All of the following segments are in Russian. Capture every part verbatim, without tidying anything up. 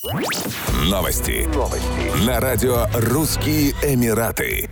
Новости. Новости. На радио «Русские Эмираты».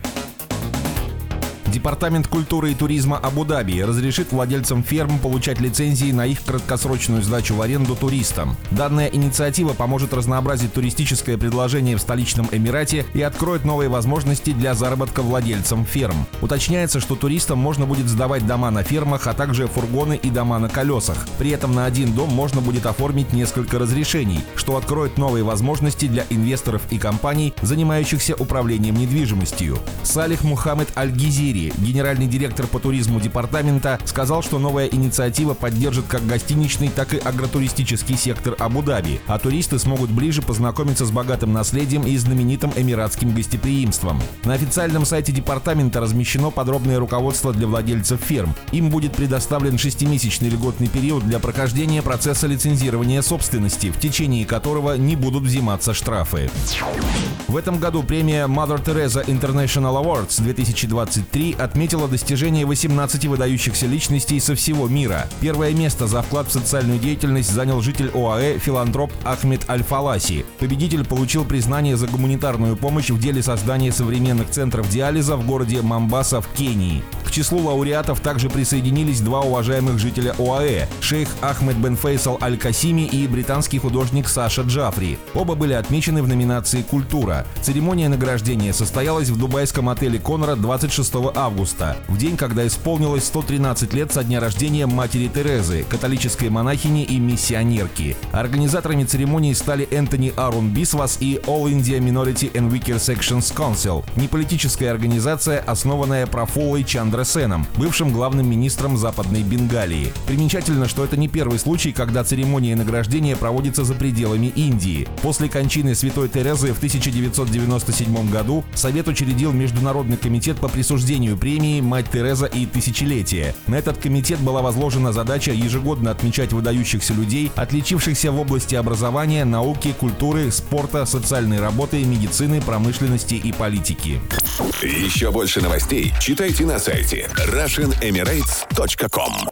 Департамент культуры и туризма Абу-Даби разрешит владельцам ферм получать лицензии на их краткосрочную сдачу в аренду туристам. Данная инициатива поможет разнообразить туристическое предложение в столичном Эмирате и откроет новые возможности для заработка владельцам ферм. Уточняется, что туристам можно будет сдавать дома на фермах, а также фургоны и дома на колесах. При этом на один дом можно будет оформить несколько разрешений, что откроет новые возможности для инвесторов и компаний, занимающихся управлением недвижимостью. Салих Мухаммед Аль-Гизири, генеральный директор по туризму департамента, сказал, что новая инициатива поддержит как гостиничный, так и агротуристический сектор Абу-Даби, а туристы смогут ближе познакомиться с богатым наследием и знаменитым эмиратским гостеприимством. На официальном сайте департамента размещено подробное руководство для владельцев ферм. Им будет предоставлен шестимесячный льготный период для прохождения процесса лицензирования собственности, в течение которого не будут взиматься штрафы. В этом году премия Mother Teresa International Awards две тысячи двадцать три отметила достижения восемнадцати выдающихся личностей со всего мира. Первое место за вклад в социальную деятельность занял житель ОАЭ, филантроп Ахмед Аль-Фаласи. Победитель получил признание за гуманитарную помощь в деле создания современных центров диализа в городе Момбаса в Кении. К числу лауреатов также присоединились два уважаемых жителя ОАЭ – шейх Ахмед бен Фейсал Аль-Касими и британский художник Саша Джафри. Оба были отмечены в номинации «Культура». Церемония награждения состоялась в дубайском отеле «Конрад» двадцать шестого августа, в день, когда исполнилось сто тринадцать лет со дня рождения матери Терезы, католической монахини и миссионерки. Организаторами церемонии стали Энтони Арун Бисвас и All India Minority and Weaker Sections Council, неполитическая организация, основанная Профуллой Чандра Сеном, бывшим главным министром Западной Бенгалии. Примечательно, что это не первый случай, когда церемония награждения проводится за пределами Индии. После кончины святой Терезы в тысяча девятьсот девяносто седьмом году Совет учредил Международный комитет по присуждению премии «Мать Тереза» и «Тысячелетие». На этот комитет была возложена задача ежегодно отмечать выдающихся людей, отличившихся в области образования, науки, культуры, спорта, социальной работы, медицины, промышленности и политики. Еще больше новостей читайте на сайте Russian Emirates точка ком.